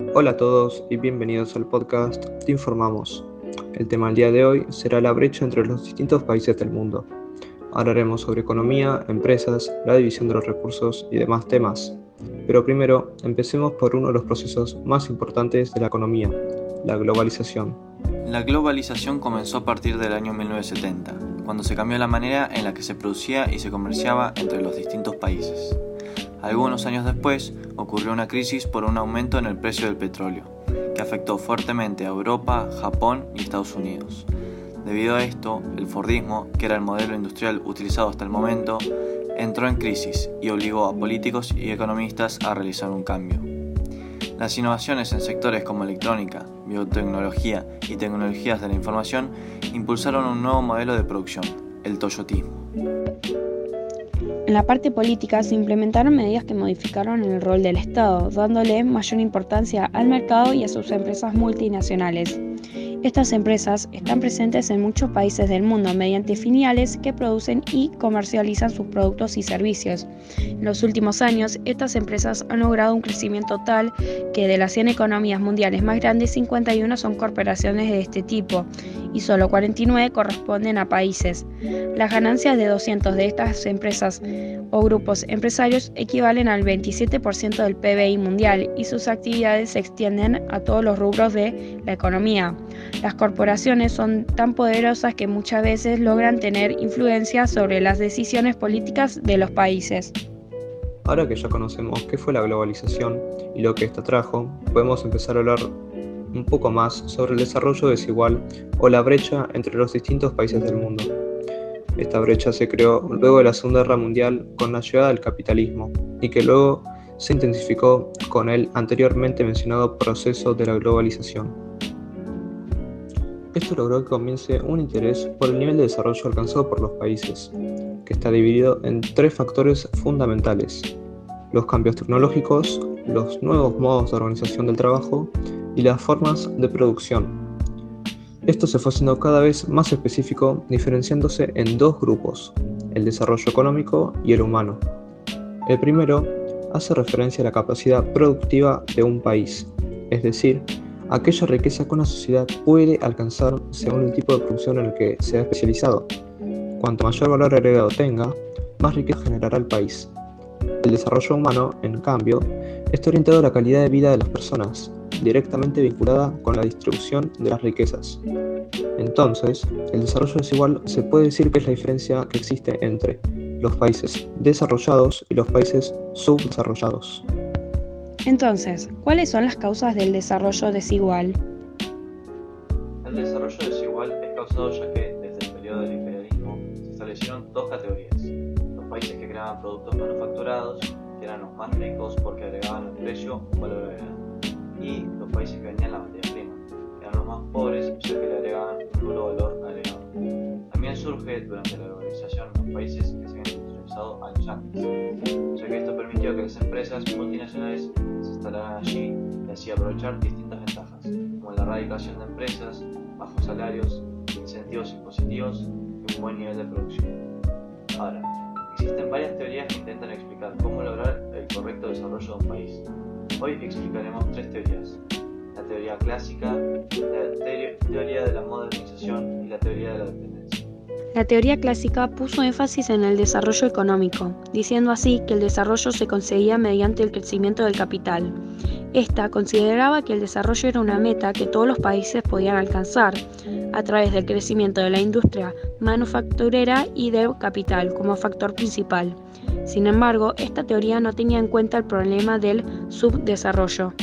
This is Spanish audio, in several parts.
Hola a todos y bienvenidos al podcast Te Informamos. El tema del día de hoy será la brecha entre los distintos países del mundo. Hablaremos sobre economía, empresas, la división de los recursos y demás temas. Pero primero, empecemos por uno de los procesos más importantes de la economía, la globalización. La globalización comenzó a partir del año 1970, cuando se cambió la manera en la que se producía y se comerciaba entre los distintos países. Algunos años después, ocurrió una crisis por un aumento en el precio del petróleo, que afectó fuertemente a Europa, Japón y Estados Unidos. Debido a esto, el Fordismo, que era el modelo industrial utilizado hasta el momento, entró en crisis y obligó a políticos y economistas a realizar un cambio. Las innovaciones en sectores como electrónica, biotecnología y tecnologías de la información impulsaron un nuevo modelo de producción, el toyotismo. En la parte política se implementaron medidas que modificaron el rol del Estado, dándole mayor importancia al mercado y a sus empresas multinacionales. Estas empresas están presentes en muchos países del mundo mediante filiales que producen y comercializan sus productos y servicios. En los últimos años, estas empresas han logrado un crecimiento tal que de las 100 economías mundiales más grandes, 51 son corporaciones de este tipo y solo 49 corresponden a países. Las ganancias de 200 de estas empresas o grupos empresarios equivalen al 27% del PBI mundial y sus actividades se extienden a todos los rubros de la economía. Las corporaciones son tan poderosas que muchas veces logran tener influencia sobre las decisiones políticas de los países. Ahora que ya conocemos qué fue la globalización y lo que esta trajo, podemos empezar a hablar un poco más sobre el desarrollo desigual o la brecha entre los distintos países del mundo. Esta brecha se creó luego de la Segunda Guerra Mundial con la llegada del capitalismo y que luego se intensificó con el anteriormente mencionado proceso de la globalización. Esto logró que comience un interés por el nivel de desarrollo alcanzado por los países, que está dividido en tres factores fundamentales: los cambios tecnológicos, los nuevos modos de organización del trabajo y las formas de producción. Esto se fue haciendo cada vez más específico, diferenciándose en dos grupos: el desarrollo económico y el humano. El primero hace referencia a la capacidad productiva de un país, es decir, aquella riqueza que una sociedad puede alcanzar según el tipo de producción en el que se ha especializado. Cuanto mayor valor agregado tenga, más riqueza generará el país. El desarrollo humano, en cambio, está orientado a la calidad de vida de las personas, directamente vinculada con la distribución de las riquezas. Entonces, el desarrollo desigual se puede decir que es la diferencia que existe entre los países desarrollados y los países subdesarrollados. Entonces, ¿cuáles son las causas del desarrollo desigual? El desarrollo desigual es causado ya que desde el periodo del imperialismo se establecieron dos categorías: los países que creaban productos manufacturados, que eran los más ricos porque agregaban al precio un valor agregado, y los países que vendían la materia prima, que eran los más pobres ya que le agregaban un nulo valor agregado. También surge durante la globalización los países que se habían industrializado años antes, ya que esto permitió que las empresas multinacionales se instalaran allí y así aprovechar distintas ventajas, como la erradicación de empresas, bajos salarios, incentivos impositivos y un buen nivel de producción. Ahora, existen varias teorías que intentan explicar cómo lograr el correcto desarrollo de un país. Hoy explicaremos tres teorías: la teoría clásica, la teoría de la modernización y la teoría de la dependencia. La teoría clásica puso énfasis en el desarrollo económico, diciendo así que el desarrollo se conseguía mediante el crecimiento del capital. Esta consideraba que el desarrollo era una meta que todos los países podían alcanzar a través del crecimiento de la industria manufacturera y del capital como factor principal. Sin embargo, esta teoría no tenía en cuenta el problema del subdesarrollo.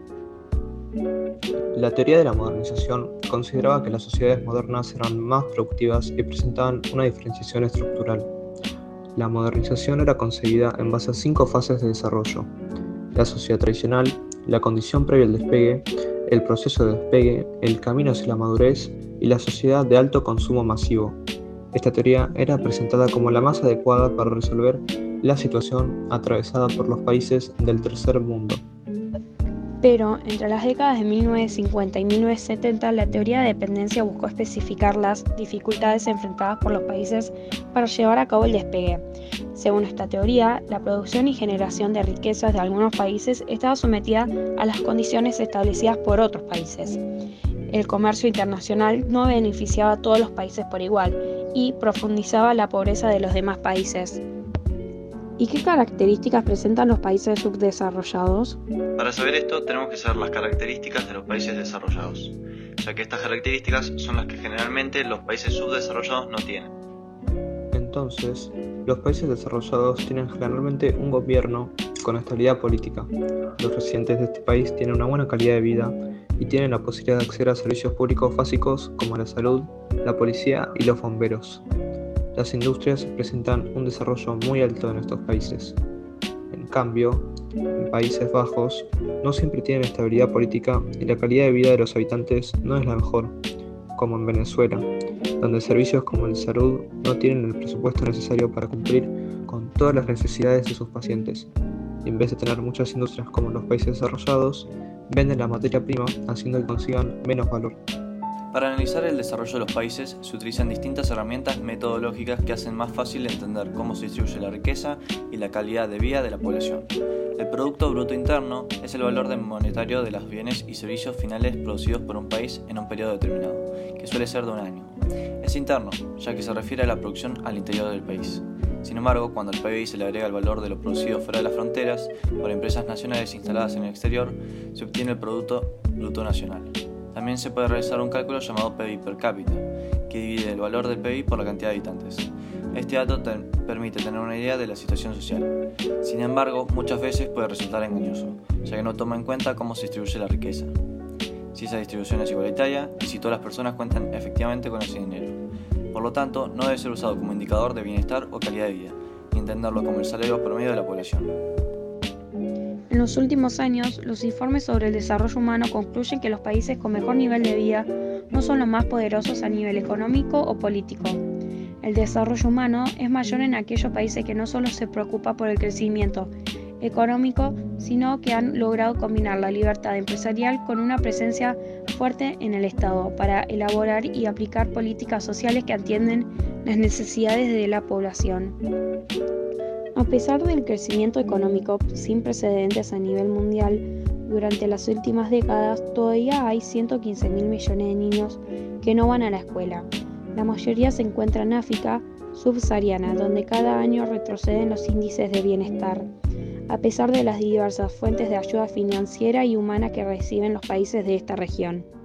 La teoría de la modernización consideraba que las sociedades modernas eran más productivas y presentaban una diferenciación estructural. La modernización era concebida en base a 5 fases de desarrollo: la sociedad tradicional, la condición previa al despegue, el proceso de despegue, el camino hacia la madurez y la sociedad de alto consumo masivo. Esta teoría era presentada como la más adecuada para resolver la situación atravesada por los países del tercer mundo. Pero entre las décadas de 1950 y 1970, la teoría de dependencia buscó especificar las dificultades enfrentadas por los países para llevar a cabo el despegue. Según esta teoría, la producción y generación de riquezas de algunos países estaba sometida a las condiciones establecidas por otros países. El comercio internacional no beneficiaba a todos los países por igual y profundizaba la pobreza de los demás países. ¿Y qué características presentan los países subdesarrollados? Para saber esto, tenemos que saber las características de los países desarrollados, ya que estas características son las que generalmente los países subdesarrollados no tienen. Entonces, los países desarrollados tienen generalmente un gobierno con estabilidad política. Los residentes de este país tienen una buena calidad de vida y tienen la posibilidad de acceder a servicios públicos básicos como la salud, la policía y los bomberos. Las industrias presentan un desarrollo muy alto en estos países. En cambio, en Países Bajos no siempre tienen estabilidad política y la calidad de vida de los habitantes no es la mejor, como en Venezuela, donde servicios como el salud no tienen el presupuesto necesario para cumplir con todas las necesidades de sus pacientes. Y en vez de tener muchas industrias como en los países desarrollados, venden la materia prima haciendo que consigan menos valor. Para analizar el desarrollo de los países se utilizan distintas herramientas metodológicas que hacen más fácil entender cómo se distribuye la riqueza y la calidad de vida de la población. El Producto Bruto Interno es el valor monetario de los bienes y servicios finales producidos por un país en un periodo determinado, que suele ser de un año. Es interno, ya que se refiere a la producción al interior del país. Sin embargo, cuando al PBI se le agrega el valor de lo producido fuera de las fronteras por empresas nacionales instaladas en el exterior, se obtiene el Producto Bruto Nacional. También se puede realizar un cálculo llamado PBI per cápita, que divide el valor del PBI por la cantidad de habitantes. Este dato permite tener una idea de la situación social. Sin embargo, muchas veces puede resultar engañoso, ya que no toma en cuenta cómo se distribuye la riqueza, si esa distribución es igualitaria y si todas las personas cuentan efectivamente con ese dinero. Por lo tanto, no debe ser usado como indicador de bienestar o calidad de vida, ni entenderlo como el salario promedio de la población. En los últimos años, los informes sobre el desarrollo humano concluyen que los países con mejor nivel de vida no son los más poderosos a nivel económico o político. El desarrollo humano es mayor en aquellos países que no solo se preocupan por el crecimiento económico, sino que han logrado combinar la libertad empresarial con una presencia fuerte en el Estado para elaborar y aplicar políticas sociales que atienden las necesidades de la población. A pesar del crecimiento económico sin precedentes a nivel mundial, durante las últimas décadas todavía hay 115.000 millones de niños que no van a la escuela. La mayoría se encuentra en África subsahariana, donde cada año retroceden los índices de bienestar, a pesar de las diversas fuentes de ayuda financiera y humana que reciben los países de esta región.